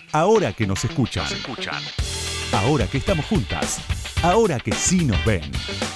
Ahora que nos escuchan. Ahora que estamos juntas. Ahora que sí nos ven.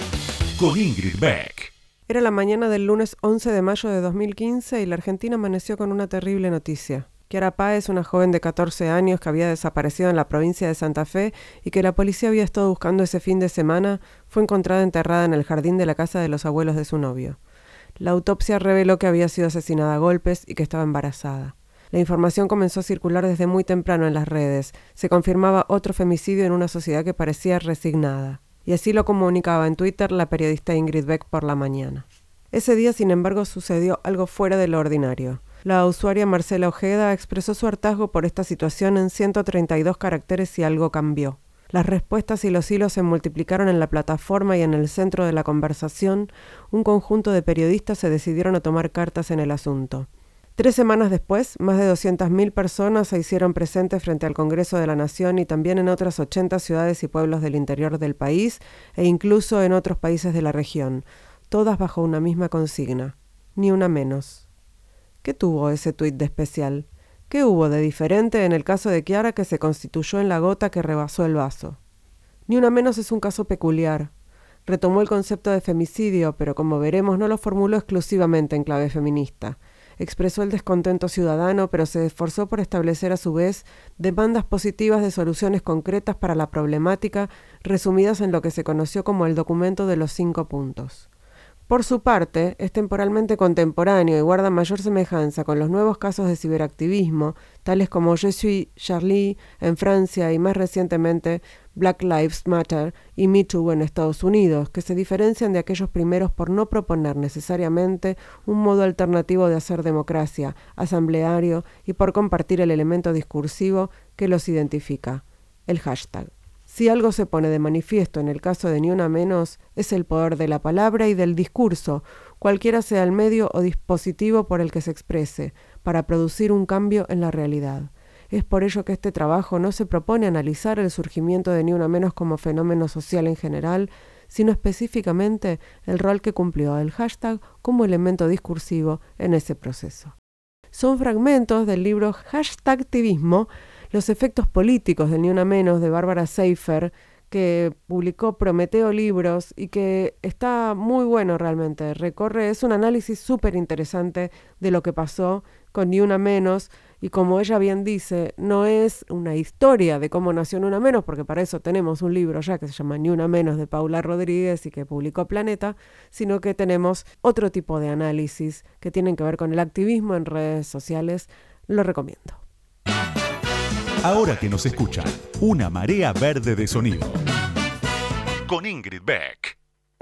Con Ingrid Beck. Era la mañana del lunes 11 de mayo de 2015 y la Argentina amaneció con una terrible noticia. Kiara Páez, una joven de 14 años que había desaparecido en la provincia de Santa Fe y que la policía había estado buscando ese fin de semana, fue encontrada enterrada en el jardín de la casa de los abuelos de su novio. La autopsia reveló que había sido asesinada a golpes y que estaba embarazada. La información comenzó a circular desde muy temprano en las redes. Se confirmaba otro femicidio en una sociedad que parecía resignada. Y así lo comunicaba en Twitter la periodista Ingrid Beck por la mañana. Ese día, sin embargo, sucedió algo fuera de lo ordinario. La usuaria Marcela Ojeda expresó su hartazgo por esta situación en 132 caracteres y algo cambió. Las respuestas y los hilos se multiplicaron en la plataforma y en el centro de la conversación, un conjunto de periodistas se decidieron a tomar cartas en el asunto. 3 semanas después, más de 200.000 personas se hicieron presentes frente al Congreso de la Nación y también en otras 80 ciudades y pueblos del interior del país e incluso en otros países de la región, todas bajo una misma consigna: ni una menos. ¿Qué tuvo ese tuit de especial? ¿Qué hubo de diferente en el caso de Kiara que se constituyó en la gota que rebasó el vaso? Ni una menos es un caso peculiar. Retomó el concepto de femicidio, pero como veremos no lo formuló exclusivamente en clave feminista. Expresó el descontento ciudadano, pero se esforzó por establecer a su vez demandas positivas de soluciones concretas para la problemática, resumidas en lo que se conoció como el documento de los 5 puntos. Por su parte, es temporalmente contemporáneo y guarda mayor semejanza con los nuevos casos de ciberactivismo, tales como Je suis Charlie en Francia y más recientemente Black Lives Matter y Me Too en Estados Unidos, que se diferencian de aquellos primeros por no proponer necesariamente un modo alternativo de hacer democracia, asambleario, y por compartir el elemento discursivo que los identifica, el hashtag. Si algo se pone de manifiesto en el caso de Ni Una Menos, es el poder de la palabra y del discurso, cualquiera sea el medio o dispositivo por el que se exprese, para producir un cambio en la realidad. Es por ello que este trabajo no se propone analizar el surgimiento de Ni Una Menos como fenómeno social en general, sino específicamente el rol que cumplió el hashtag como elemento discursivo en ese proceso. Son fragmentos del libro Hashtagtivismo, los efectos políticos del Ni Una Menos de Bárbara Seifer, que publicó Prometeo Libros y que está muy bueno realmente. Es un análisis súper interesante de lo que pasó con Ni Una Menos y como ella bien dice, no es una historia de cómo nació Ni Una Menos, porque para eso tenemos un libro ya que se llama Ni Una Menos de Paula Rodríguez y que publicó Planeta, sino que tenemos otro tipo de análisis que tienen que ver con el activismo en redes sociales. Lo recomiendo. Ahora que nos escuchan, una marea verde de sonido. Con Ingrid Beck.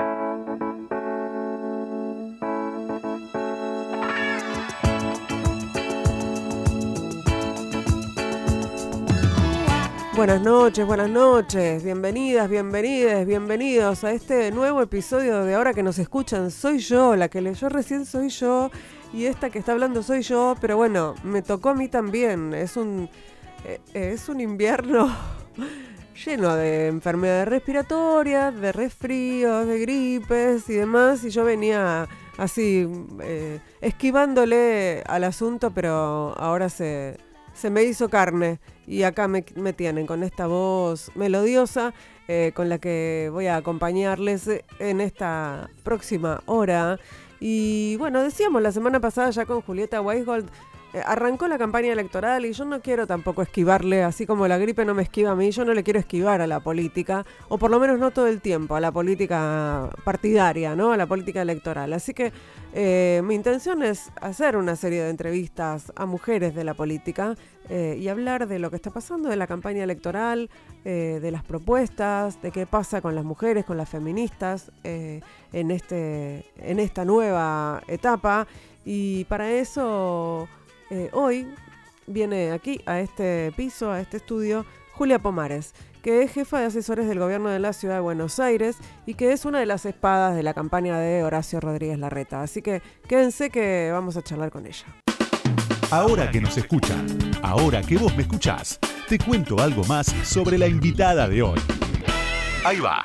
Buenas noches, bienvenidas, bienvenidos a este nuevo episodio de Ahora que nos escuchan. Soy yo, la que leyó recién soy yo y esta que está hablando soy yo, pero bueno, me tocó a mí también. Es un invierno lleno de enfermedades respiratorias, de resfríos, de gripes y demás, y yo venía así esquivándole al asunto, pero ahora se me hizo carne y acá me tienen con esta voz melodiosa con la que voy a acompañarles en esta próxima hora. Y bueno, decíamos la semana pasada ya con Julieta Weisgold, arrancó la campaña electoral y yo no quiero tampoco esquivarle, así como la gripe no me esquiva a mí, yo no le quiero esquivar a la política, o por lo menos no todo el tiempo, a la política partidaria, ¿no? A la política electoral. Así que mi intención es hacer una serie de entrevistas a mujeres de la política y hablar de lo que está pasando de la campaña electoral, de las propuestas, de qué pasa con las mujeres, con las feministas en esta nueva etapa. Y para eso hoy viene aquí a este piso, a este estudio, Julia Pomares, que es jefa de asesores del gobierno de la ciudad de Buenos Aires y que es una de las espadas de la campaña de Horacio Rodríguez Larreta. Así que quédense que vamos a charlar con ella. Ahora que nos escuchan, ahora que vos me escuchás, te cuento algo más sobre la invitada de hoy. Ahí va.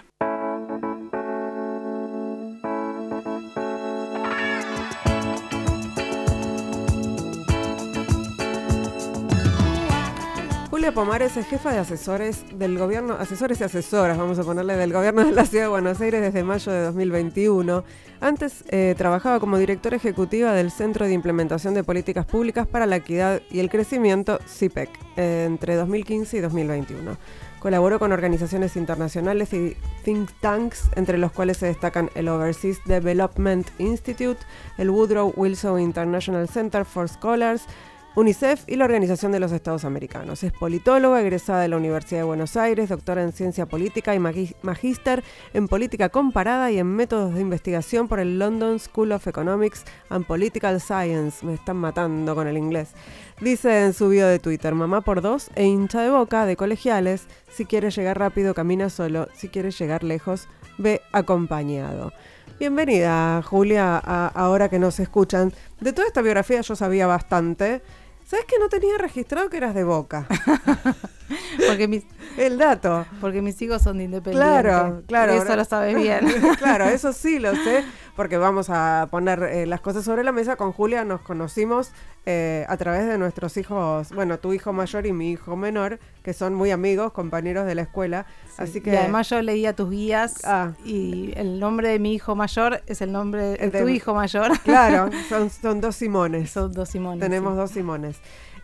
Julia Pomares es jefa de asesores del gobierno, asesores y asesoras, vamos a ponerle, del gobierno de la Ciudad de Buenos Aires desde mayo de 2021. Antes trabajaba como directora ejecutiva del Centro de Implementación de Políticas Públicas para la Equidad y el Crecimiento, CIPEC, entre 2015 y 2021. Colaboró con organizaciones internacionales y think tanks, entre los cuales se destacan el Overseas Development Institute, el Woodrow Wilson International Center for Scholars, UNICEF y la Organización de los Estados Americanos. Es politóloga, egresada de la Universidad de Buenos Aires, doctora en Ciencia Política y magíster en Política Comparada y en Métodos de Investigación por el London School of Economics and Political Science. Me están matando con el inglés. Dice en su bio de Twitter: mamá por dos e hincha de Boca, de colegiales. Si quieres llegar rápido, camina solo. Si quieres llegar lejos, ve acompañado. Bienvenida, Julia, a Ahora que nos escuchan. De toda esta biografía yo sabía bastante. ¿Sabes que no tenía registrado que eras de Boca? El dato. Porque mis hijos son de Independiente. Claro. Eso lo sabes bien. Claro, eso sí lo sé, porque vamos a poner las cosas sobre la mesa. Con Julia nos conocimos a través de nuestros hijos, bueno, tu hijo mayor y mi hijo menor, que son muy amigos, compañeros de la escuela. Sí, así que, y además yo leía tus guías y el nombre de mi hijo mayor es el nombre de tu hijo mayor. Claro, son dos Simones. Son dos Simones. Tenemos dos Simones.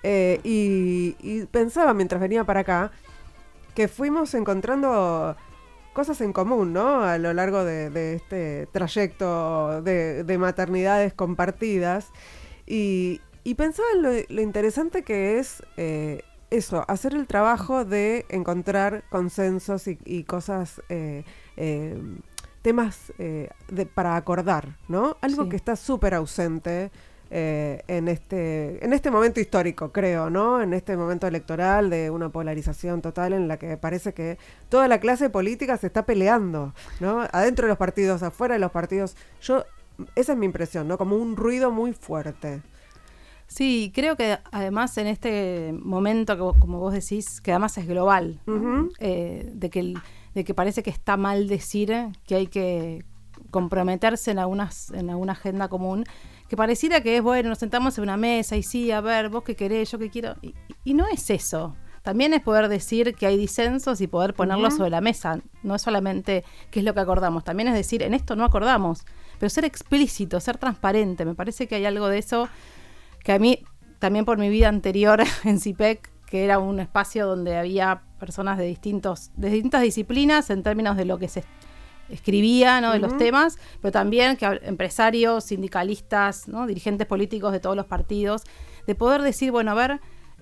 Y pensaba mientras venía para acá que fuimos encontrando cosas en común, ¿no? A lo largo de este trayecto de maternidades compartidas. Y pensaba en lo interesante que es eso, hacer el trabajo de encontrar consensos y cosas, temas para acordar, ¿no? Algo que está súper ausente en este momento histórico, creo, ¿no? En este momento electoral de una polarización total en la que parece que toda la clase política se está peleando, ¿no? Adentro de los partidos, afuera de los partidos. Esa es mi impresión, ¿no? Como un ruido muy fuerte. Sí, creo que además en este momento, que como vos decís, que además es global, ¿no? de que parece que está mal decir que hay que comprometerse en alguna agenda común, que pareciera que es, bueno, nos sentamos en una mesa y sí, a ver, vos qué querés, yo qué quiero, y no es eso. También es poder decir que hay disensos y poder ponerlos sobre la mesa. No es solamente qué es lo que acordamos, también es decir, en esto no acordamos, pero ser explícito, ser transparente. Me parece que hay algo de eso que a mí, también por mi vida anterior en CIPEC, que era un espacio donde había personas de distintas disciplinas en términos de lo que se escribía, ¿no? De los temas, pero también que empresarios, sindicalistas, ¿no? Dirigentes políticos de todos los partidos, de poder decir, bueno, a ver,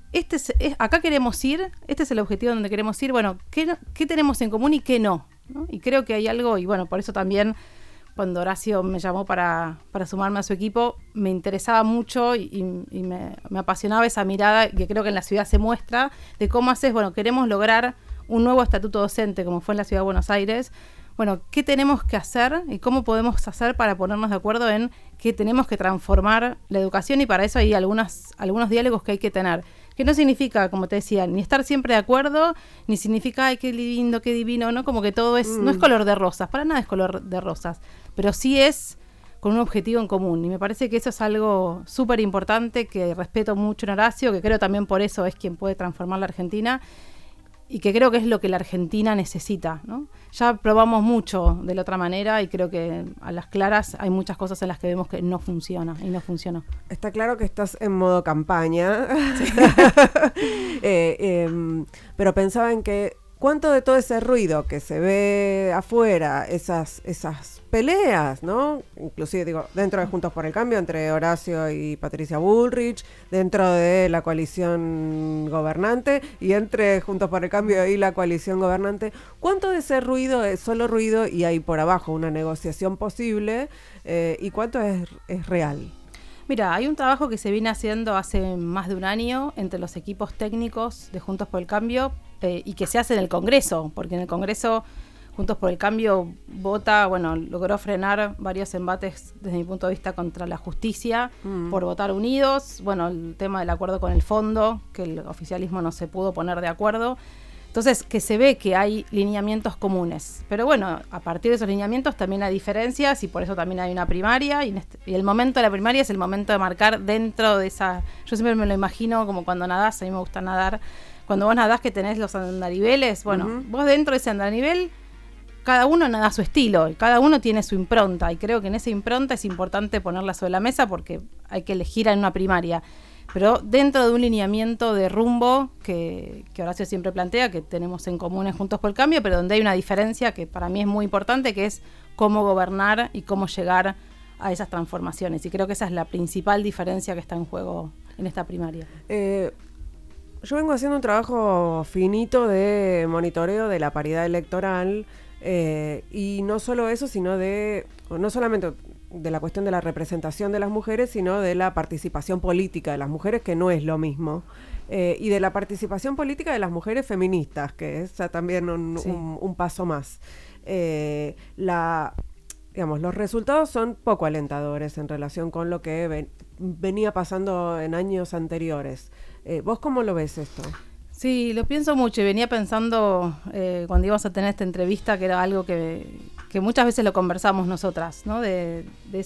acá queremos ir, este es el objetivo donde queremos ir, bueno, ¿qué tenemos en común y qué no? ¿No? Y creo que hay algo, y bueno, por eso también cuando Horacio me llamó para sumarme a su equipo, me interesaba mucho y me apasionaba esa mirada que creo que en la ciudad se muestra, de cómo queremos lograr un nuevo estatuto docente, como fue en la Ciudad de Buenos Aires. Bueno, ¿qué tenemos que hacer y cómo podemos hacer para ponernos de acuerdo en que tenemos que transformar la educación? Y para eso hay algunos diálogos que hay que tener. Que no significa, como te decía, ni estar siempre de acuerdo, ni significa, ay, qué lindo, qué divino, ¿no? Como que todo no es color de rosas, para nada es color de rosas, pero sí es con un objetivo en común. Y me parece que eso es algo súper importante, que respeto mucho en Horacio, que creo también por eso es quien puede transformar la Argentina, y que creo que es lo que la Argentina necesita, ¿no? Ya probamos mucho de la otra manera y creo que a las claras hay muchas cosas en las que vemos que no funciona y no funcionó. Está claro que estás en modo campaña, sí. Pero pensaba en que cuánto de todo ese ruido que se ve afuera, esas peleas, ¿no? Inclusive, digo, dentro de Juntos por el Cambio, entre Horacio y Patricia Bullrich, dentro de la coalición gobernante y entre Juntos por el Cambio y la coalición gobernante, ¿cuánto de ese ruido es solo ruido y hay por abajo una negociación posible y cuánto es real? Mira, hay un trabajo que se viene haciendo hace más de un año entre los equipos técnicos de Juntos por el Cambio y que se hace en el Congreso, porque en el Congreso Juntos por el Cambio logró frenar varios embates desde mi punto de vista contra la justicia por votar unidos, el tema del acuerdo con el fondo, que el oficialismo no se pudo poner de acuerdo. Entonces, que se ve que hay lineamientos comunes. Pero a partir de esos lineamientos también hay diferencias y por eso también hay una primaria. Y el momento de la primaria es el momento de marcar dentro de esa... Yo siempre me lo imagino como cuando nadás, a mí me gusta nadar, cuando vos nadás que tenés los andariveles, bueno, vos dentro de ese andarivel, cada uno nada a su estilo, y cada uno tiene su impronta, y creo que en esa impronta es importante ponerla sobre la mesa porque hay que elegir en una primaria. Pero dentro de un lineamiento de rumbo que Horacio siempre plantea, que tenemos en común en Juntos por el Cambio, pero donde hay una diferencia que para mí es muy importante, que es cómo gobernar y cómo llegar a esas transformaciones. Y creo que esa es la principal diferencia que está en juego en esta primaria. Yo vengo haciendo un trabajo finito de monitoreo de la paridad electoral, y no solo eso, sino no solamente de la cuestión de la representación de las mujeres, sino de la participación política de las mujeres, que no es lo mismo, y de la participación política de las mujeres feministas, que es también un paso más. Los resultados son poco alentadores en relación con lo que venía pasando en años anteriores. ¿Vos cómo lo ves esto? Sí, lo pienso mucho y venía pensando cuando íbamos a tener esta entrevista, que era algo que muchas veces lo conversamos nosotras, ¿no? De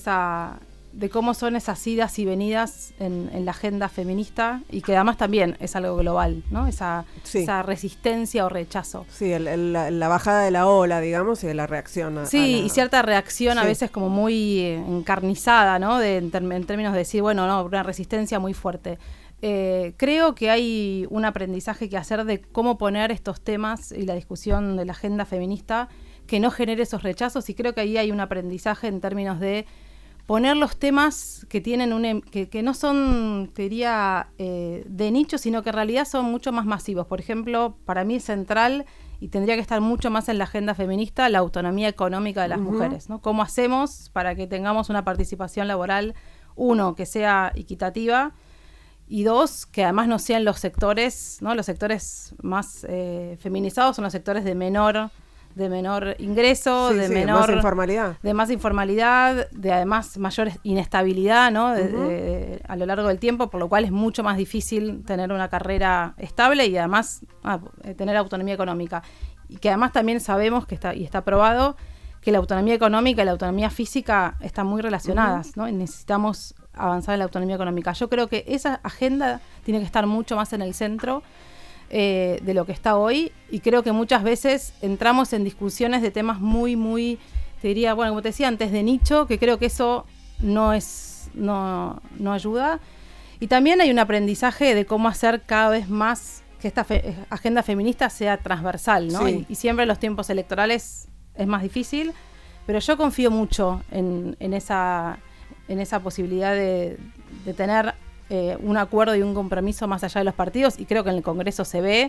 cómo son esas idas y venidas en la agenda feminista, y que además también es algo global, ¿no? Esa resistencia o rechazo. Sí, la bajada de la ola, digamos, y de la reacción. Y cierta reacción a veces como muy encarnizada, ¿no? En términos de decir, bueno, no, una resistencia muy fuerte. Creo que hay un aprendizaje que hacer de cómo poner estos temas y la discusión de la agenda feminista que no genere esos rechazos, y creo que ahí hay un aprendizaje en términos de poner los temas que tienen que no son, te diría, de nicho, sino que en realidad son mucho más masivos. Por ejemplo, para mí es central y tendría que estar mucho más en la agenda feminista la autonomía económica de las mujeres, ¿no? ¿Cómo hacemos para que tengamos una participación laboral, uno, que sea equitativa, y dos, que además no sean los sectores, ¿no? Los sectores más feminizados son los sectores de menor ingreso, más informalidad. De más informalidad, de además mayor inestabilidad, ¿no? A lo largo del tiempo, por lo cual es mucho más difícil tener una carrera estable y además tener autonomía económica. Y que además también sabemos que está probado que la autonomía económica y la autonomía física están muy relacionadas, ¿no? Y necesitamos avanzar en la autonomía económica. Yo creo que esa agenda tiene que estar mucho más en el centro de lo que está hoy, y creo que muchas veces entramos en discusiones de temas muy, muy, te diría, bueno, como te decía antes, de nicho, que creo que eso no ayuda. Y también hay un aprendizaje de cómo hacer cada vez más que esta agenda feminista sea transversal, ¿no? Sí. Y siempre en los tiempos electorales es más difícil, pero yo confío mucho en esa posibilidad de tener un acuerdo y un compromiso más allá de los partidos, y creo que en el Congreso se ve,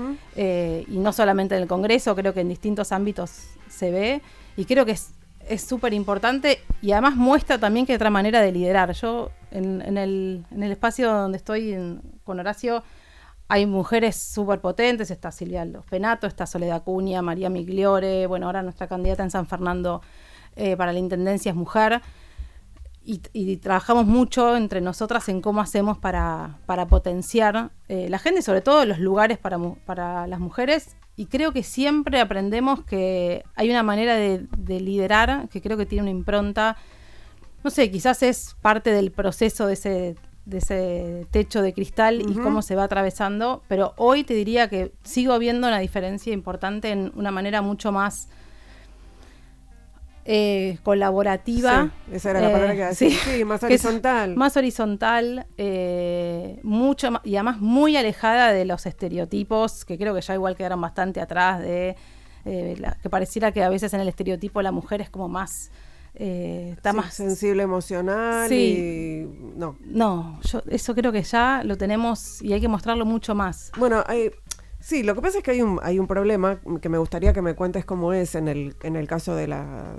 y no solamente en el Congreso, creo que en distintos ámbitos se ve, y creo que es súper importante, y además muestra también que hay otra manera de liderar. Yo en el espacio donde estoy con Horacio hay mujeres súper potentes, está Silvia Lospenato, está Soledad Acuña, María Migliore, bueno, ahora nuestra candidata en San Fernando para la Intendencia es mujer. Y trabajamos mucho entre nosotras en cómo hacemos para potenciar la agenda y sobre todo los lugares para las mujeres. Y creo que siempre aprendemos que hay una manera de liderar que creo que tiene una impronta, no sé, quizás es parte del proceso de ese techo de cristal y cómo se va atravesando. Pero hoy te diría que sigo viendo una diferencia importante en una manera mucho más colaborativa. Sí, esa era la palabra que iba a decir. Sí, más horizontal. Más horizontal, mucho más, y además muy alejada de los estereotipos, que creo que ya igual quedaron bastante atrás que pareciera que a veces en el estereotipo la mujer es como más más sensible emocional. Sí. Y no, yo eso creo que ya lo tenemos y hay que mostrarlo mucho más. Bueno, sí, lo que pasa es que hay un problema que me gustaría que me cuentes cómo es en el caso del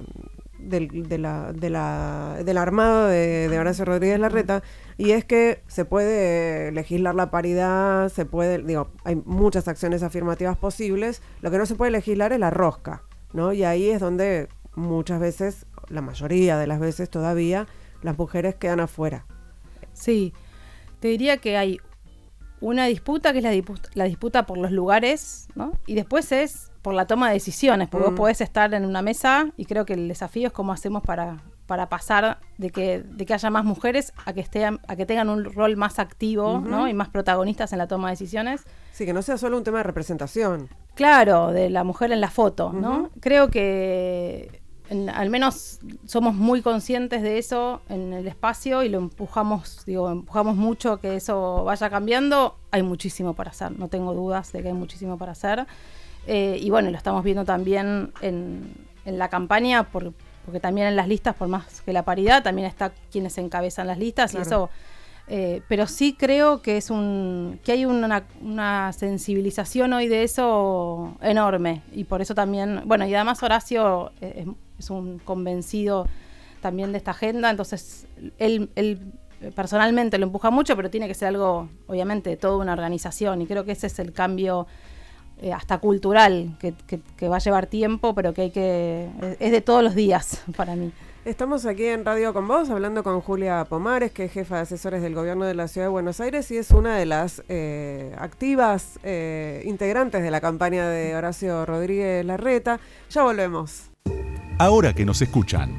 armado de Horacio Rodríguez Larreta, y es que se puede legislar la paridad, hay muchas acciones afirmativas posibles, lo que no se puede legislar es la rosca, ¿no? Y ahí es donde muchas veces, la mayoría de las veces todavía, las mujeres quedan afuera. Sí, te diría que hay una disputa que es la disputa por los lugares, ¿no? Y después es por la toma de decisiones, porque vos podés estar en una mesa y creo que el desafío es cómo hacemos para para pasar de que haya más mujeres a que tengan un rol más activo, ¿no? Y más protagonistas en la toma de decisiones. Sí, que no sea solo un tema de representación. Claro, de la mujer en la foto, ¿no? Creo que al menos somos muy conscientes de eso en el espacio y lo empujamos mucho que eso vaya cambiando. Hay muchísimo para hacer, no tengo dudas de que hay muchísimo para hacer. Y bueno, lo estamos viendo también en la campaña, porque también en las listas, por más que la paridad, también está quienes encabezan las listas, claro. Y eso... pero sí creo que que hay una sensibilización hoy de eso enorme, y por eso también, bueno, y además Horacio es un convencido también de esta agenda, entonces él personalmente lo empuja mucho, pero tiene que ser algo, obviamente, de toda una organización, y creo que ese es el cambio hasta cultural, que va a llevar tiempo, pero que es de todos los días para mí. Estamos aquí en Radio Con Vos hablando con Julia Pomares, que es jefa de asesores del gobierno de la Ciudad de Buenos Aires y es una de las activas integrantes de la campaña de Horacio Rodríguez Larreta. Ya volvemos. Ahora que nos escuchan.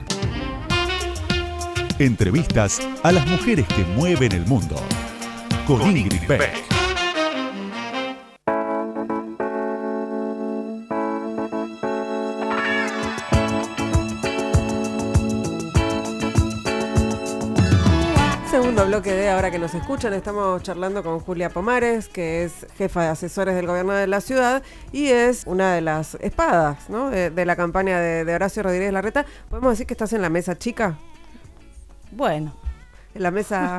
Entrevistas a las mujeres que mueven el mundo. Con Ingrid Beck. Segundo bloque de Ahora que nos escuchan, estamos charlando con Julia Pomares, que es jefa de asesores del gobierno de la ciudad y es una de las espadas, ¿no? de la campaña de Horacio Rodríguez Larreta. ¿Podemos decir que estás en la mesa chica? Bueno. ¿En la mesa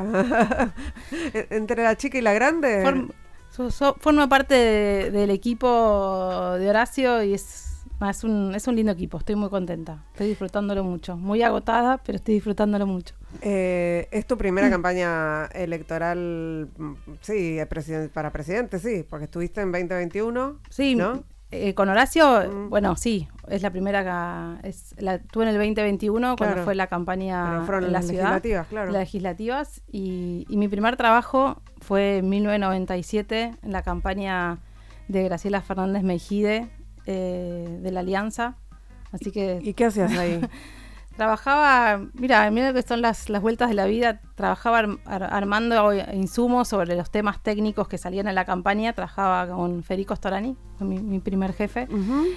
entre la chica y la grande? Forma parte del equipo de Horacio y es un lindo equipo, estoy muy contenta, estoy disfrutándolo mucho, muy agotada, pero estoy disfrutándolo mucho. ¿Es tu primera campaña electoral, sí, para presidente, sí, porque estuviste en 2021? Sí, ¿no? Con Horacio, bueno, sí, es la primera, estuve en el 2021 claro, cuando fue la campaña en la ciudad, legislativas, claro. Las legislativas, y mi primer trabajo fue en 1997 en la campaña de Graciela Fernández Mejide, de la Alianza, así que... ¿Y qué hacías ahí? Trabajaba, mira lo que son las vueltas de la vida, trabajaba armando insumos sobre los temas técnicos que salían en la campaña, trabajaba con Federico Storani, mi primer jefe,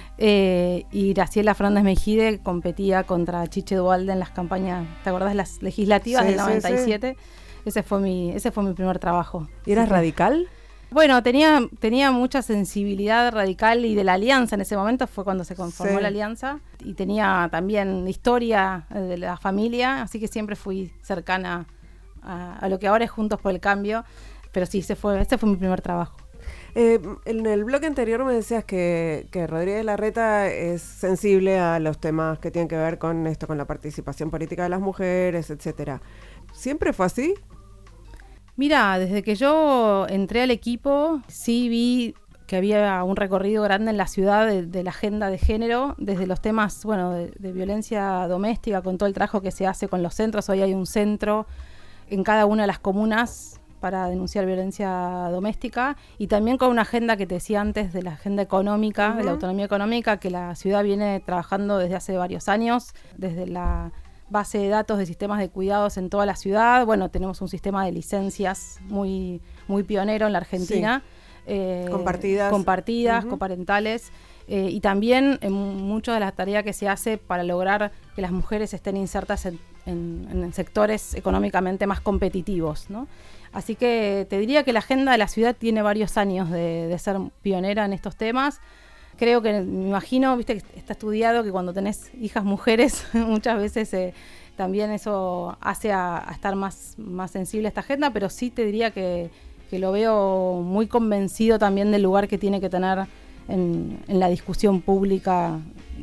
y Graciela Fernández Mejide competía contra Chiche Duhalde en las campañas, ¿te acordás? Las legislativas del 97, sí. Ese fue mi primer trabajo. ¿Y eras radical? Bueno, tenía mucha sensibilidad radical y de la Alianza en ese momento, fue cuando se conformó la Alianza, y tenía también historia de la familia, así que siempre fui cercana a lo que ahora es Juntos por el Cambio, pero sí, ese fue mi primer trabajo. En el bloque anterior me decías que Rodríguez Larreta es sensible a los temas que tienen que ver con esto, con la participación política de las mujeres, etcétera. ¿Siempre fue así? Mira, desde que yo entré al equipo, sí vi que había un recorrido grande en la ciudad de la agenda de género, desde los temas, bueno, de violencia doméstica, con todo el trabajo que se hace con los centros. Hoy hay un centro en cada una de las comunas para denunciar violencia doméstica, y también con una agenda que te decía antes, de la agenda económica, de la autonomía económica, que la ciudad viene trabajando desde hace varios años, desde la base de datos de sistemas de cuidados en toda la ciudad. Bueno, tenemos un sistema de licencias muy, muy pionero en la Argentina. Sí. Compartidas, coparentales. Y también en mucho de la tarea que se hace para lograr que las mujeres estén insertas en sectores económicamente más competitivos, ¿no? Así que te diría que la agenda de la ciudad tiene varios años de ser pionera en estos temas. Creo que, me imagino, viste que está estudiado que cuando tenés hijas mujeres, muchas veces también eso hace a estar más sensible a esta agenda, pero sí te diría que lo veo muy convencido también del lugar que tiene que tener en la discusión pública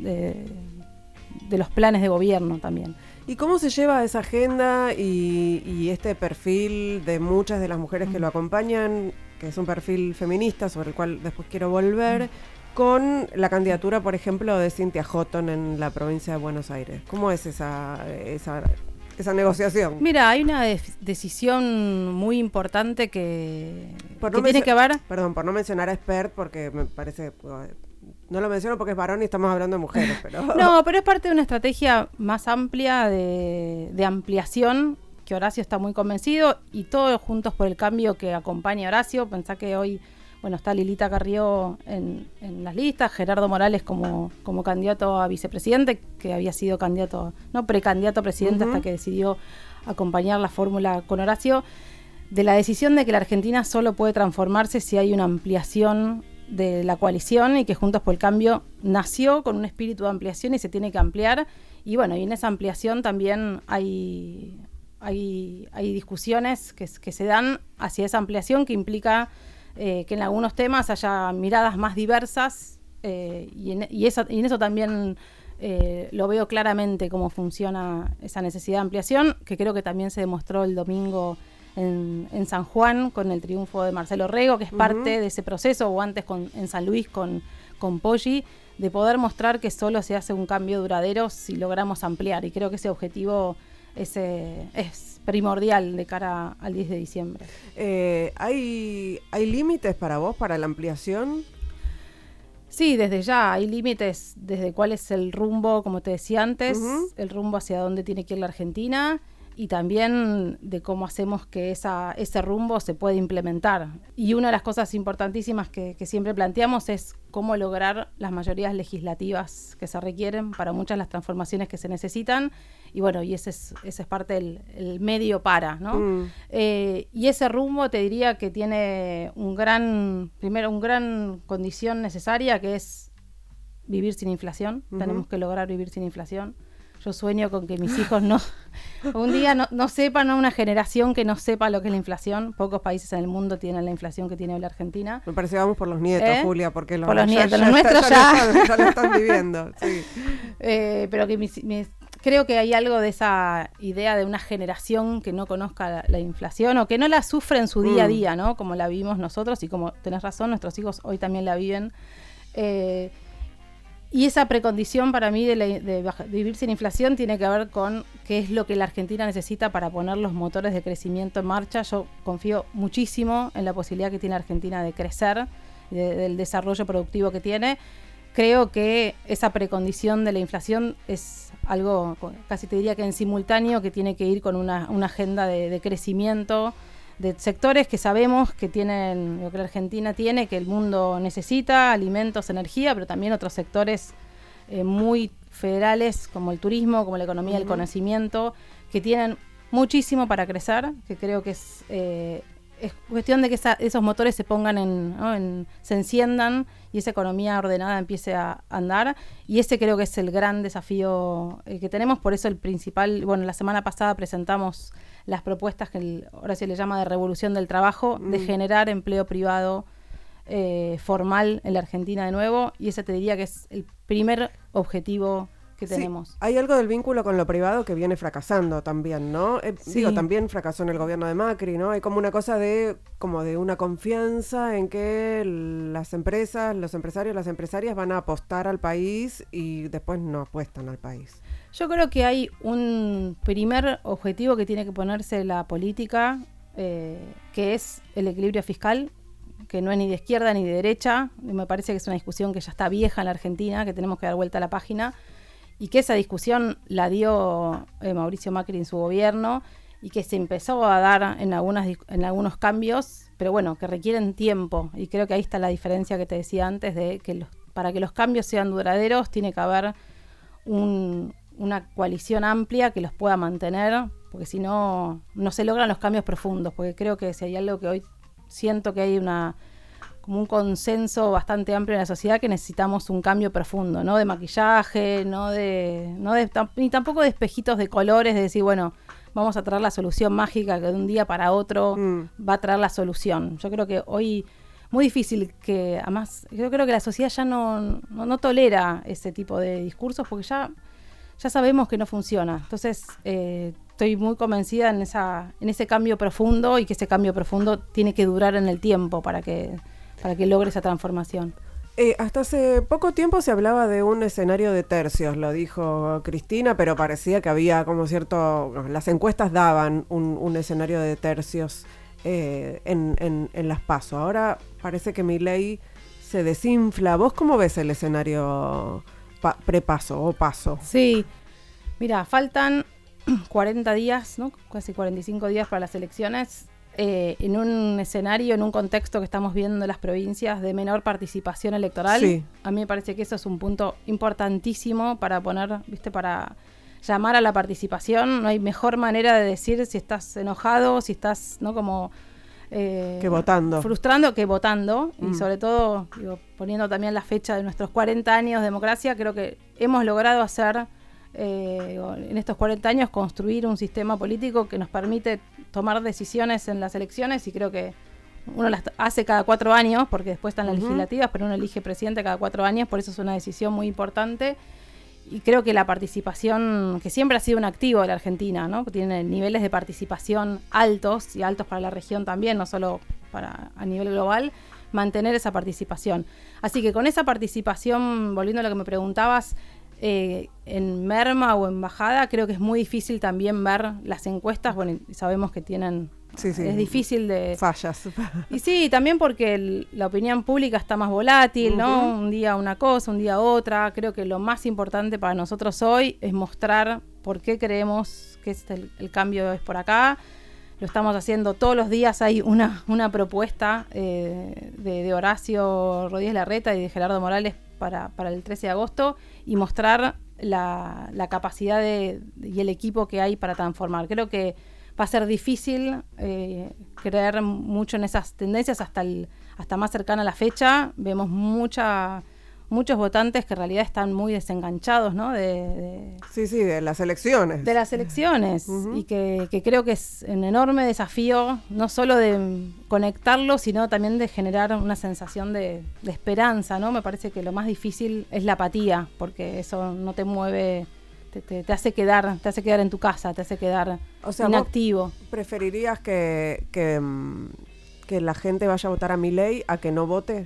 de los planes de gobierno también. ¿Y cómo se lleva esa agenda y este perfil de muchas de las mujeres que lo acompañan, que es un perfil feminista sobre el cual después quiero volver, con la candidatura, por ejemplo, de Cynthia Houghton en la provincia de Buenos Aires? ¿Cómo es esa negociación? Mira, hay una decisión muy importante que tiene que ver... Perdón, por no mencionar a Spert, porque me parece No lo menciono porque es varón y estamos hablando de mujeres, pero... No, pero es parte de una estrategia más amplia de ampliación, que Horacio está muy convencido, y todos Juntos por el Cambio que acompaña a Horacio. Pensá que hoy, bueno, está Lilita Carrió en las listas, Gerardo Morales como candidato a vicepresidente, que había sido precandidato a presidente hasta que decidió acompañar la fórmula con Horacio, de la decisión de que la Argentina solo puede transformarse si hay una ampliación de la coalición, y que Juntos por el Cambio nació con un espíritu de ampliación y se tiene que ampliar. Y bueno, y en esa ampliación también hay discusiones que se dan hacia esa ampliación, que implica que en algunos temas haya miradas más diversas, y en eso también lo veo claramente cómo funciona esa necesidad de ampliación, que creo que también se demostró el domingo en San Juan con el triunfo de Marcelo Rego, que es parte de ese proceso, o antes en San Luis con Poggi, de poder mostrar que solo se hace un cambio duradero si logramos ampliar, y creo que ese objetivo es primordial de cara al 10 de diciembre. ¿Hay límites para vos, para la ampliación? Sí, desde ya hay límites, desde cuál es el rumbo, como te decía antes, el rumbo hacia dónde tiene que ir la Argentina, y también de cómo hacemos que ese rumbo se pueda implementar. Y una de las cosas importantísimas que siempre planteamos es cómo lograr las mayorías legislativas que se requieren para muchas de las transformaciones que se necesitan. Y bueno, y ese es parte del medio para, ¿no? Y ese rumbo te diría que tiene primero un gran condición necesaria, que es vivir sin inflación. Tenemos que lograr vivir sin inflación. Yo sueño con que mis hijos un día no sepan, una generación que no sepa lo que es la inflación. Pocos países en el mundo tienen la inflación que tiene hoy la Argentina. Me parece que vamos por los nietos, Julia, porque por los nietos, los nuestros ya lo están viviendo. Sí. Pero que creo que hay algo de esa idea de una generación que no conozca la inflación, o que no la sufre en su día a día, ¿no? Como la vivimos nosotros, y como tenés razón, nuestros hijos hoy también la viven. Y esa precondición para mí de vivir sin inflación tiene que ver con qué es lo que la Argentina necesita para poner los motores de crecimiento en marcha. Yo confío muchísimo en la posibilidad que tiene Argentina de crecer, del desarrollo productivo que tiene. Creo que esa precondición de la inflación es algo, casi te diría que en simultáneo, que tiene que ir con una agenda de crecimiento de sectores que sabemos que tienen lo que la Argentina tiene, que el mundo necesita: alimentos, energía, pero también otros sectores muy federales, como el turismo, como la economía del conocimiento, que tienen muchísimo para crecer, que creo que es cuestión de que esos motores se pongan se enciendan y esa economía ordenada empiece a andar. Y ese creo que es el gran desafío que tenemos. Por eso el principal, la semana pasada presentamos las propuestas que ahora se le llama de revolución del trabajo, de generar empleo privado formal en la Argentina de nuevo, y ese te diría que es el primer objetivo que tenemos. Hay algo del vínculo con lo privado que viene fracasando también, ¿no? Sí. También fracasó en el gobierno de Macri, ¿no? Hay como una cosa de una confianza en que las empresas, los empresarios, las empresarias van a apostar al país y después no apuestan al país. Yo creo que hay un primer objetivo que tiene que ponerse la política, que es el equilibrio fiscal, que no es ni de izquierda ni de derecha. Me parece que es una discusión que ya está vieja en la Argentina, que tenemos que dar vuelta a la página, y que esa discusión la dio Mauricio Macri en su gobierno, y que se empezó a dar en algunos cambios, pero que requieren tiempo. Y creo que ahí está la diferencia que te decía antes, de que para que los cambios sean duraderos tiene que haber una coalición amplia que los pueda mantener, porque si no, no se logran los cambios profundos. Porque creo que si hay algo que hoy siento que hay como un consenso bastante amplio en la sociedad, que necesitamos un cambio profundo, no de maquillaje, ni tampoco de espejitos de colores, de decir, vamos a traer la solución mágica que de un día para otro va a traer la solución. Yo creo que hoy muy difícil, que además yo creo que la sociedad ya no tolera ese tipo de discursos, porque ya sabemos que no funciona. Entonces estoy muy convencida en ese cambio profundo, y que ese cambio profundo tiene que durar en el tiempo para que logre esa transformación. Hasta hace poco tiempo se hablaba de un escenario de tercios, lo dijo Cristina, pero parecía que había como las encuestas daban un escenario de tercios en las PASO. Ahora parece que Milei se desinfla. ¿Vos cómo ves el escenario prepaso o paso? Sí, mira, faltan 40 días, ¿no? Casi 45 días para las elecciones, en un escenario, en un contexto que estamos viendo en las provincias de menor participación electoral. Sí. A mí me parece que eso es un punto importantísimo para poner, para llamar a la participación. No hay mejor manera de decir si estás enojado, si estás, ¿no? Como que votando. Frustrando que votando. Y sobre todo, poniendo también la fecha de nuestros 40 años de democracia, creo que hemos logrado hacer en estos 40 años construir un sistema político que nos permite tomar decisiones en las elecciones, y creo que uno las hace cada 4 años, porque después están las legislativas, pero uno elige presidente cada 4 años, por eso es una decisión muy importante. Y creo que la participación, que siempre ha sido un activo de la Argentina, ¿no? Tiene niveles de participación altos, y altos para la región también, no solo a nivel global, mantener esa participación. Así que con esa participación, volviendo a lo que me preguntabas, en merma o en bajada, creo que es muy difícil también ver las encuestas. Bueno, sabemos que tienen... Sí. Es difícil de... Fallas. Y sí, también porque la opinión pública está más volátil, ¿no? Un día una cosa, un día otra. Creo que lo más importante para nosotros hoy es mostrar por qué creemos que el cambio es por acá. Lo estamos haciendo todos los días. Hay una propuesta de Horacio Rodríguez Larreta y de Gerardo Morales para el 13 de agosto, y mostrar la capacidad y el equipo que hay para transformar. Creo que va a ser difícil creer mucho en esas tendencias hasta más cercana a la fecha. Vemos muchos votantes que en realidad están muy desenganchados, ¿no? Sí, de las elecciones. De las elecciones. Y que creo que es un enorme desafío, no solo de conectarlos, sino también de generar una sensación de esperanza, ¿no? Me parece que lo más difícil es la apatía, porque eso no te mueve, te hace quedar en tu casa, te hace quedar inactivo. ¿Vos preferirías que la gente vaya a votar a Milei a que no vote?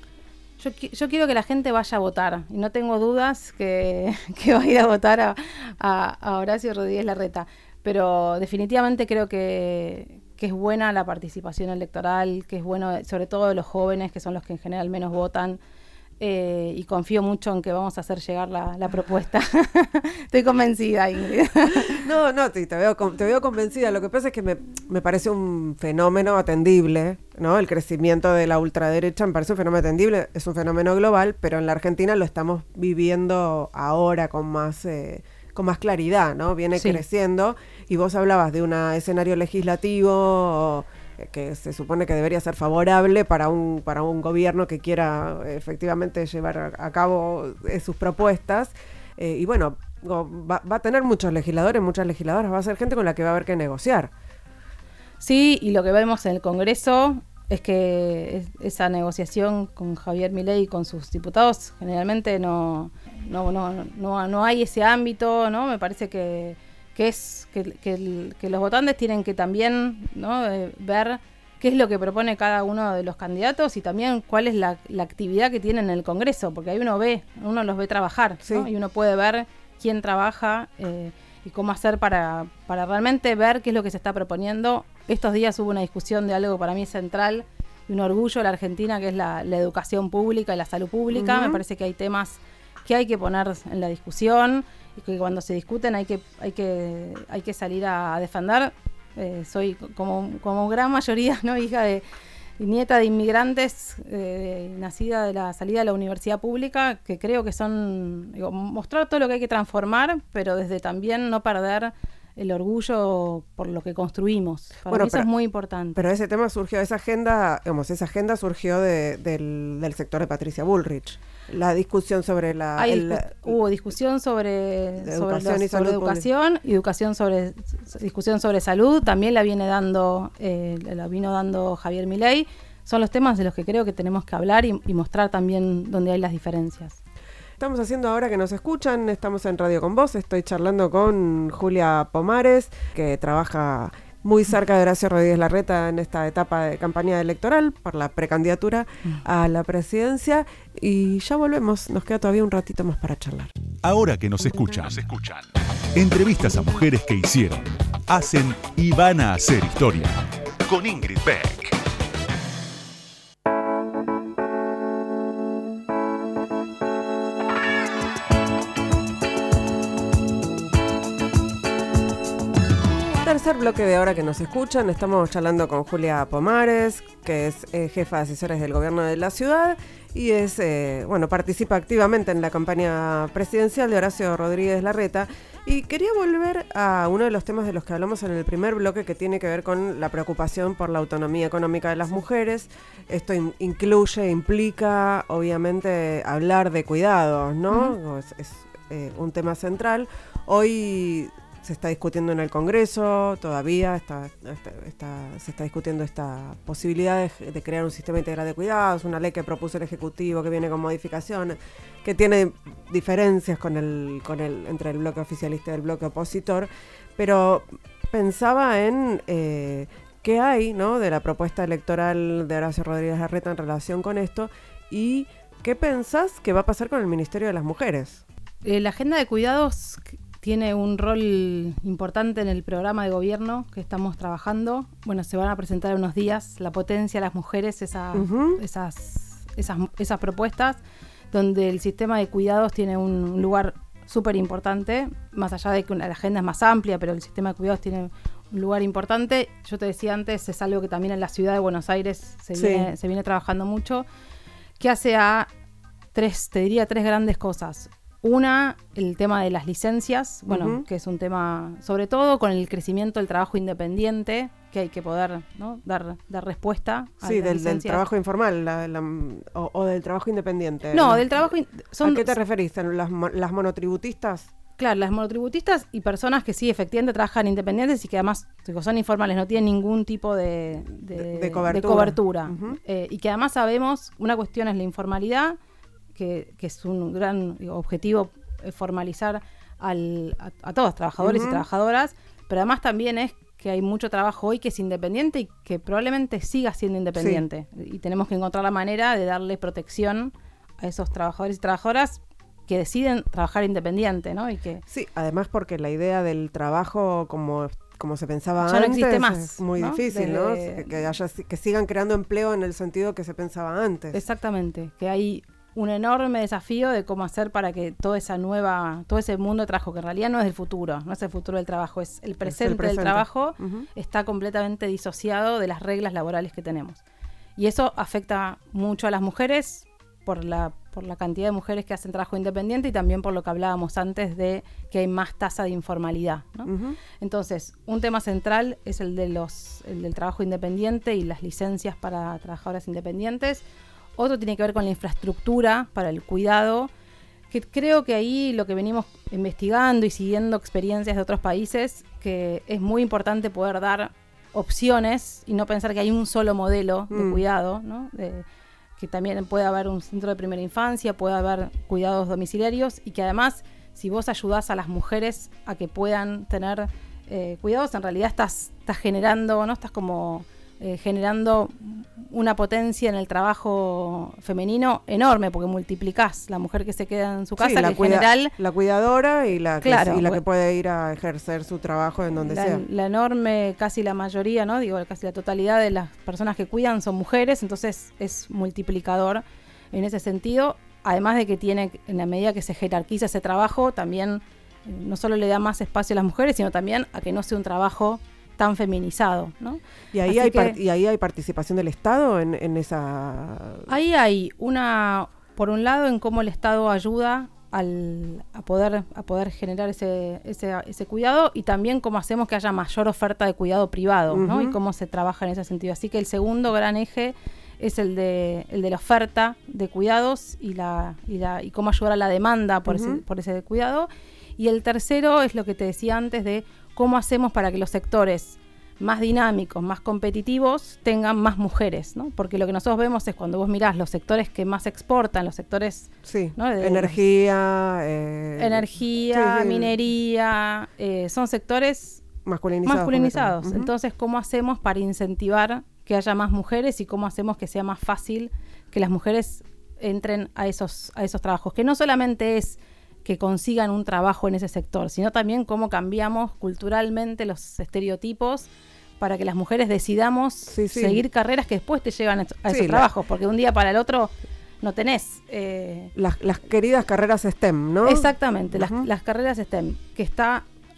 Yo quiero que la gente vaya a votar, y no tengo dudas que va a ir a votar a Horacio Rodríguez Larreta, pero definitivamente creo que es buena la participación electoral, que es bueno sobre todo de los jóvenes, que son los que en general menos votan, y confío mucho en que vamos a hacer llegar la propuesta. Estoy convencida, Ingrid. No, sí, te veo convencida. Lo que pasa es que me parece un fenómeno atendible, ¿no? El crecimiento de la ultraderecha me parece un fenómeno atendible, es un fenómeno global, pero en la Argentina lo estamos viviendo ahora con más claridad, ¿no? Viene creciendo, y vos hablabas de un escenario legislativo que se supone que debería ser favorable para un gobierno que quiera efectivamente llevar a cabo sus propuestas, y bueno, va a tener muchos legisladores, muchas legisladoras, va a ser gente con la que va a haber que negociar. Sí, y lo que vemos en el Congreso es que esa negociación con Javier Milei y con sus diputados generalmente no hay ese ámbito, ¿no? Me parece que los votantes tienen que también, ¿no? Ver qué es lo que propone cada uno de los candidatos, y también cuál es la actividad que tienen en el Congreso, porque ahí uno los ve trabajar, ¿no? Y uno puede ver quién trabaja y cómo hacer para realmente ver qué es lo que se está proponiendo. Estos días hubo una discusión de algo que para mí es central y un orgullo de la Argentina, que es la educación pública y la salud pública. Me parece que hay temas que hay que poner en la discusión, y que cuando se discuten hay que salir a defender. Soy como gran mayoría, ¿no? Hija y nieta de inmigrantes, nacida de la salida de la universidad pública, que creo que son mostrar todo lo que hay que transformar, pero desde también no perder el orgullo por lo que construimos. Para mí eso es muy importante. Pero ese tema surgió, esa agenda surgió del sector de Patricia Bullrich. La discusión sobre hubo discusión sobre educación discusión sobre salud, también la vino dando Javier Milei. Son los temas de los que creo que tenemos que hablar y mostrar también dónde hay las diferencias. Estamos haciendo Ahora que nos escuchan, estamos en Radio con Vos, estoy charlando con Julia Pomares, que trabaja muy cerca de Horacio Rodríguez Larreta en esta etapa de campaña electoral por la precandidatura a la presidencia, y ya volvemos, nos queda todavía un ratito más para charlar. Ahora que nos escuchan. Entrevistas a mujeres que hicieron, hacen y van a hacer historia. Con Ingrid Beck. tercer bloque de Ahora que nos escuchan, estamos charlando con Julia Pomares, que es jefa de asesores del gobierno de la ciudad y participa activamente en la campaña presidencial de Horacio Rodríguez Larreta. Y quería volver a uno de los temas de los que hablamos en el primer bloque, que tiene que ver con la preocupación por la autonomía económica de las mujeres. Esto implica, obviamente, hablar de cuidados, ¿no? Es un tema central. Hoy se está discutiendo en el Congreso, todavía se está discutiendo esta posibilidad de crear un sistema integral de cuidados, una ley que propuso el Ejecutivo que viene con modificaciones, que tiene diferencias entre el bloque oficialista y el bloque opositor, pero pensaba en qué hay, ¿no?, de la propuesta electoral de Horacio Rodríguez Larreta en relación con esto, y qué pensás que va a pasar con el Ministerio de las Mujeres. La agenda de cuidados tiene un rol importante en el programa de gobierno que estamos trabajando. Bueno, se van a presentar en unos días la potencia de las mujeres, esas propuestas, donde el sistema de cuidados tiene un lugar súper importante, más allá de que la agenda es más amplia, pero el sistema de cuidados tiene un lugar importante. Yo te decía antes, es algo que también en la ciudad de Buenos Aires se viene trabajando mucho, que hace tres grandes cosas. Una, el tema de las licencias, que es un tema, sobre todo con el crecimiento del trabajo independiente, que hay que poder, ¿no?, dar respuesta a del trabajo informal o del trabajo independiente. No, del trabajo... ¿A qué te referís? ¿Las monotributistas? Claro, las monotributistas y personas que sí, efectivamente, trabajan independientes y que además son informales, no tienen ningún tipo de cobertura. Y que además sabemos, una cuestión es la informalidad, que es un gran objetivo, formalizar a todos, trabajadores y trabajadoras, pero además también es que hay mucho trabajo hoy que es independiente y que probablemente siga siendo independiente. Sí. Y tenemos que encontrar la manera de darle protección a esos trabajadores y trabajadoras que deciden trabajar independiente, ¿no? Sí, además porque la idea del trabajo como se pensaba ya antes no existe más, es muy difícil, ¿no? Que sigan creando empleo en el sentido que se pensaba antes. Exactamente, que hay un enorme desafío de cómo hacer para que todo ese mundo de trabajo, que en realidad no es el futuro, no es el futuro del trabajo, es el presente del trabajo, está completamente disociado de las reglas laborales que tenemos. Y eso afecta mucho a las mujeres por la cantidad de mujeres que hacen trabajo independiente y también por lo que hablábamos antes de que hay más tasa de informalidad, ¿no? Entonces, un tema central es el del trabajo independiente y las licencias para trabajadoras independientes. Otro tiene que ver con la infraestructura para el cuidado, que creo que ahí lo que venimos investigando y siguiendo experiencias de otros países, que es muy importante poder dar opciones y no pensar que hay un solo modelo de cuidado, ¿no? Que también puede haber un centro de primera infancia, puede haber cuidados domiciliarios y que además, si vos ayudás a las mujeres a que puedan tener cuidados, en realidad estás generando, ¿no? Estás como generando una potencia en el trabajo femenino enorme, porque multiplicás la mujer que se queda en su casa, que en general... La cuidadora y la que puede ir a ejercer su trabajo en donde sea. La enorme, casi la mayoría, ¿no? Casi la totalidad de las personas que cuidan son mujeres, entonces es multiplicador en ese sentido, además de que tiene, en la medida que se jerarquiza ese trabajo, también no solo le da más espacio a las mujeres, sino también a que no sea un trabajo tan feminizado, ¿no? Y ahí hay participación del Estado en esa... Ahí hay por un lado, en cómo el Estado ayuda a poder generar ese cuidado, y también cómo hacemos que haya mayor oferta de cuidado privado, ¿no? Y cómo se trabaja en ese sentido. Así que el segundo gran eje es el de la oferta de cuidados y cómo ayudar a la demanda por ese cuidado. Y el tercero es lo que te decía antes de cómo hacemos para que los sectores más dinámicos, más competitivos, tengan más mujeres, ¿no? Porque lo que nosotros vemos es cuando vos mirás los sectores que más exportan, los sectores... Sí, ¿no? Energía, minería, son sectores masculinizados. Entonces, ¿cómo hacemos para incentivar que haya más mujeres y cómo hacemos que sea más fácil que las mujeres entren a esos trabajos? Que no solamente es que consigan un trabajo en ese sector, sino también cómo cambiamos culturalmente los estereotipos para que las mujeres decidamos seguir carreras que después te llevan a esos trabajos, porque de un día para el otro no tenés... Las queridas carreras STEM, ¿no? Exactamente, las carreras STEM, que está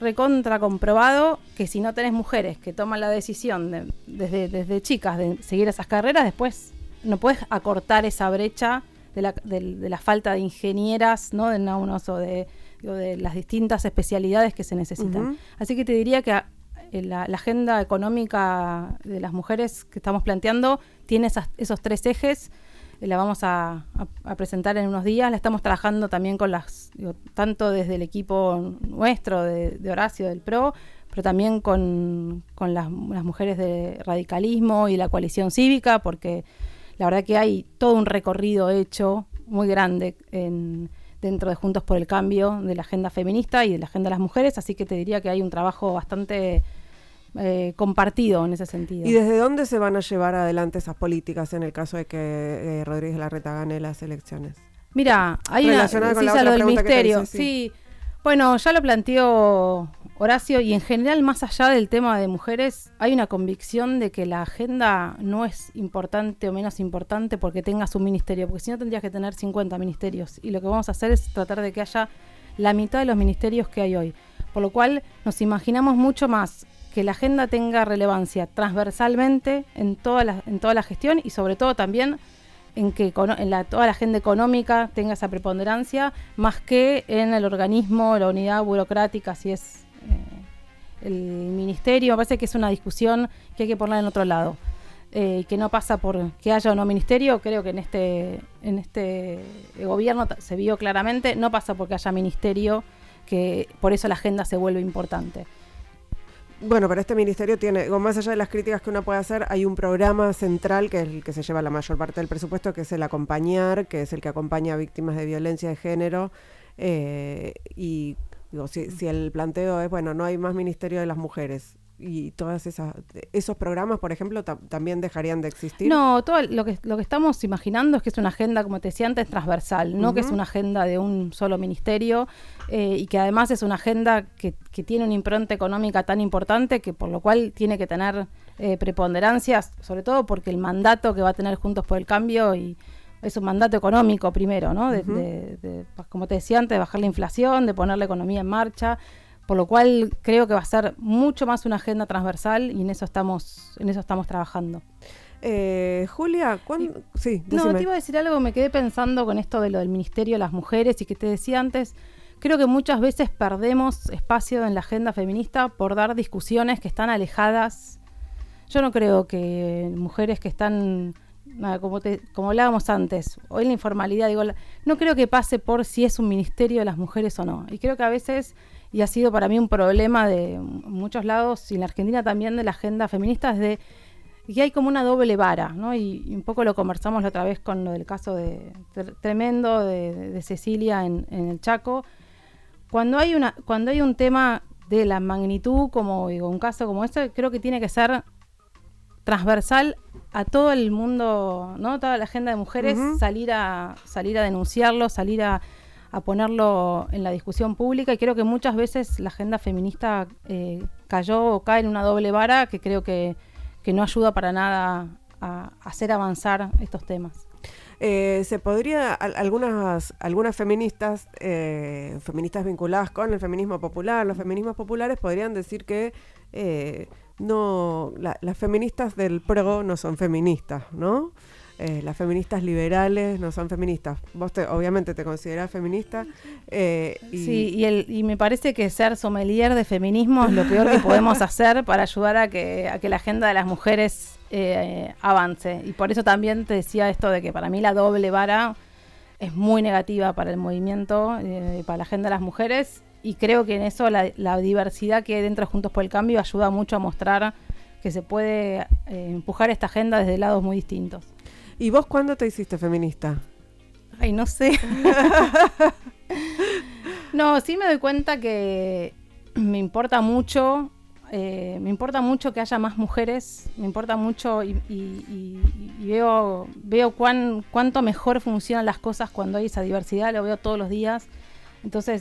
recontra comprobado que si no tenés mujeres que toman la decisión desde chicas de seguir esas carreras, después no puedes acortar esa brecha de la falta de ingenieras, ¿no? De naunos o de las distintas especialidades que se necesitan. Uh-huh. Así que te diría que la agenda económica de las mujeres que estamos planteando tiene esos 3 ejes. La vamos a presentar en unos días. La estamos trabajando también con tanto desde el equipo nuestro de Horacio, del PRO, pero también con las mujeres de radicalismo y la coalición cívica, porque la verdad que hay todo un recorrido hecho muy grande dentro de Juntos por el Cambio de la agenda feminista y de la agenda de las mujeres, así que te diría que hay un trabajo bastante compartido en ese sentido. ¿Y desde dónde se van a llevar adelante esas políticas en el caso de que Rodríguez Larreta gane las elecciones? Mira, hay relacionada con la otra lo del pregunta ministerio. Que te hice, sí. Bueno, ya lo planteó Horacio, y en general, más allá del tema de mujeres, hay una convicción de que la agenda no es importante o menos importante porque tengas un ministerio, porque si no tendrías que tener 50 ministerios, y lo que vamos a hacer es tratar de que haya la mitad de los ministerios que hay hoy, por lo cual nos imaginamos mucho más que la agenda tenga relevancia transversalmente en toda la gestión, y sobre todo también en que toda la agenda económica tenga esa preponderancia, más que en el organismo, la unidad burocrática, si es el ministerio. Me parece que es una discusión que hay que poner en otro lado, que no pasa por que haya o no ministerio. Creo que en este gobierno se vio claramente, no pasa porque haya ministerio, que por eso la agenda se vuelve importante. Bueno, pero este ministerio tiene, más allá de las críticas que uno puede hacer, hay un programa central que es el que se lleva la mayor parte del presupuesto, que es el Acompañar, que es el que acompaña a víctimas de violencia de género, y digo, si el planteo es, bueno, no hay más ministerio de las mujeres, y todas esos programas, por ejemplo, también dejarían de existir. No, todo lo que estamos imaginando es que es una agenda, como te decía antes, transversal, no que es una agenda de un solo ministerio, y que además es una agenda que tiene una impronta económica tan importante, que por lo cual tiene que tener preponderancias, sobre todo porque el mandato que va a tener Juntos por el Cambio es un mandato económico primero, ¿no? Como te decía antes, de bajar la inflación, de poner la economía en marcha. Por lo cual creo que va a ser mucho más una agenda transversal, y en eso estamos trabajando. Julia, sí, decime. No, te iba a decir algo, me quedé pensando con esto de lo del Ministerio de las Mujeres, y que te decía antes, creo que muchas veces perdemos espacio en la agenda feminista por dar discusiones que están alejadas. Yo no creo que mujeres que están, como hablábamos antes, hoy la informalidad, no creo que pase por si es un ministerio de las mujeres o no. Y creo que a veces, y ha sido para mí un problema de muchos lados, y en la Argentina también, de la agenda feminista, es de que hay como una doble vara, ¿no? Y un poco lo conversamos la otra vez con lo del caso tremendo de Cecilia en el Chaco. Cuando hay un tema de la magnitud, como un caso como este, creo que tiene que ser transversal a todo el mundo, ¿no? Toda la agenda de mujeres, salir a denunciarlo, salir a ponerlo en la discusión pública, y creo que muchas veces la agenda feminista cayó o cae en una doble vara que creo que no ayuda para nada a hacer avanzar estos temas. Se podría, algunas feministas vinculadas con el feminismo popular, los feminismos populares podrían decir que las feministas del PRO no son feministas, ¿no? Las feministas liberales no son feministas. Vos obviamente te considerás feminista. Sí, y me parece que ser sommelier de feminismo es lo peor que podemos hacer para ayudar a que la agenda de las mujeres avance. Y por eso también te decía esto de que para mí la doble vara es muy negativa para el movimiento, para la agenda de las mujeres, y creo que en eso la diversidad que hay dentro de Juntos por el Cambio ayuda mucho a mostrar que se puede empujar esta agenda desde lados muy distintos. ¿Y vos cuándo te hiciste feminista? Ay, no sé. No, sí me doy cuenta que me importa mucho que haya más mujeres, me importa mucho, y veo cuánto mejor funcionan las cosas cuando hay esa diversidad, lo veo todos los días. Entonces,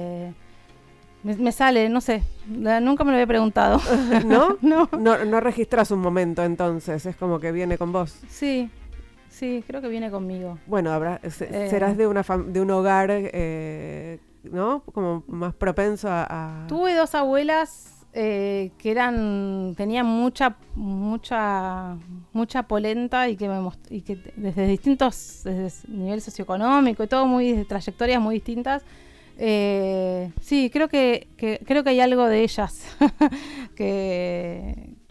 me sale, no sé, nunca me lo había preguntado. ¿No? No. No registras un momento, entonces, es como que viene con vos. Sí, creo que viene conmigo. Bueno, serás de un hogar ¿no? Como más propenso a... Tuve 2 abuelas que tenían mucha polenta y que desde distintos niveles socioeconómicos y todo de trayectorias muy distintas. Sí, creo que hay algo de ellas que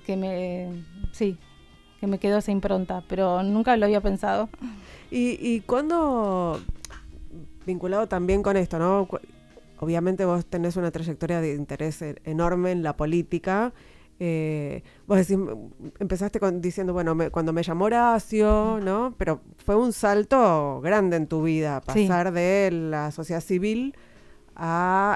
me quedó esa impronta, pero nunca lo había pensado. Y cuando, vinculado también con esto, ¿no? Obviamente vos tenés una trayectoria de interés enorme en la política. Vos decís, empezaste diciendo, bueno, cuando me llamó Horacio, ¿no? Pero fue un salto grande en tu vida, pasar de la sociedad civil al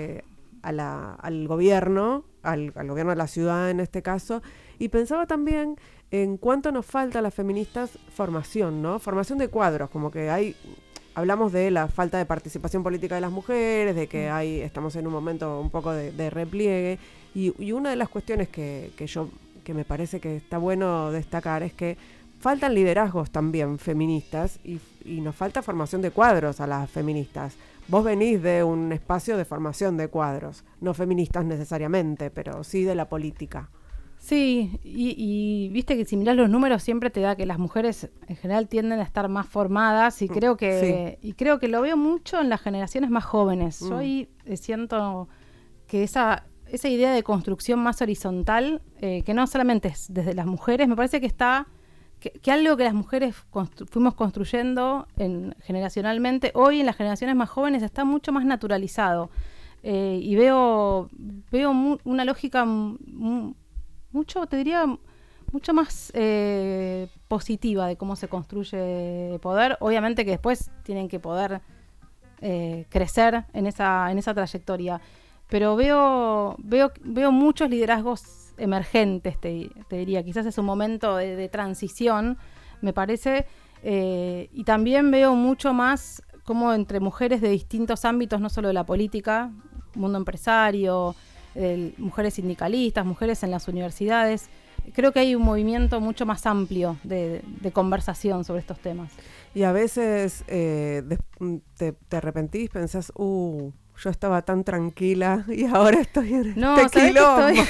gobierno, al gobierno de la ciudad en este caso. Y pensaba también en cuánto nos falta a las feministas formación, ¿no? Formación de cuadros, como que hablamos de la falta de participación política de las mujeres, de que estamos en un momento un poco de repliegue, y una de las cuestiones que me parece que está bueno destacar es que faltan liderazgos también feministas y nos falta formación de cuadros a las feministas. Vos venís de un espacio de formación de cuadros, no feministas necesariamente, pero sí de la política. Sí, y viste que si mirás los números siempre te da que las mujeres en general tienden a estar más formadas y creo que lo veo mucho en las generaciones más jóvenes. Yo ahí siento que esa idea de construcción más horizontal, que no solamente es desde las mujeres, me parece que está que algo que las mujeres fuimos construyendo generacionalmente, hoy en las generaciones más jóvenes está mucho más naturalizado. Y veo una lógica mucho más positiva de cómo se construye poder. Obviamente que después tienen que poder crecer en esa trayectoria. Pero veo muchos liderazgos emergentes, te diría. Quizás es un momento de transición, me parece. Y también veo mucho más como entre mujeres de distintos ámbitos, no solo de la política, mundo empresario, mujeres sindicalistas, mujeres en las universidades. Creo que hay un movimiento mucho más amplio de conversación sobre estos temas. Y a veces te arrepentís, pensás, yo estaba tan tranquila y ahora estoy en este quilombo.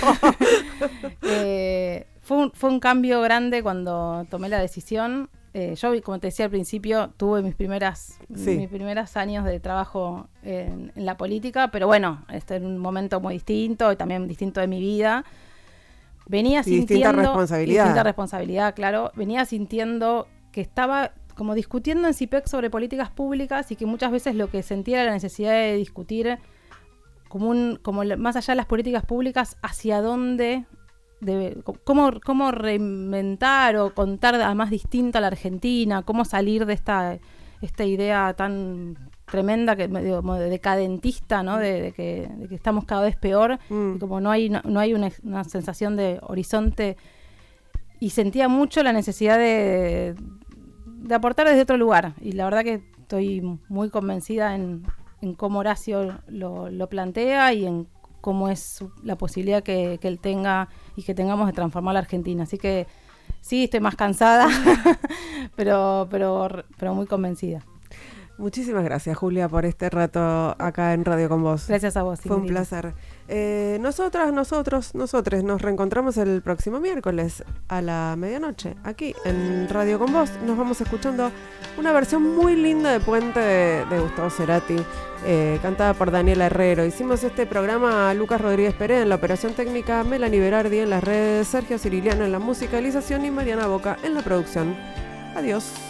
Fue un cambio grande cuando tomé la decisión. Yo, como te decía al principio, tuve mis primeros años de trabajo en la política, pero bueno, en un momento muy distinto y también distinto de mi vida. Venía sintiendo distinta responsabilidad, claro. Venía sintiendo que estaba como discutiendo en CIPEC sobre políticas públicas y que muchas veces lo que sentía era la necesidad de discutir como más allá de las políticas públicas, hacia dónde, cómo reinventar o contar además distinta a la Argentina, cómo salir de esta idea tan tremenda, de decadentista, ¿no? De que estamos cada vez peor, y como no hay una sensación de horizonte, y sentía mucho la necesidad de aportar desde otro lugar, y la verdad que estoy muy convencida en cómo Horacio lo plantea y en cómo es la posibilidad que él tenga y que tengamos de transformar la Argentina. Así que sí, estoy más cansada, pero muy convencida. Muchísimas gracias, Julia, por este rato acá en Radio con Vos. Gracias a vos. Fue un placer. Nosotros nos reencontramos el próximo miércoles a la medianoche, aquí en Radio con Vos. Nos vamos escuchando una versión muy linda de Puente de Gustavo Cerati, cantada por Daniela Herrero. Hicimos este programa Lucas Rodríguez Pérez en la operación técnica, Melanie Berardi en las redes, Sergio Ciriliano en la musicalización y Mariana Boca en la producción. Adiós.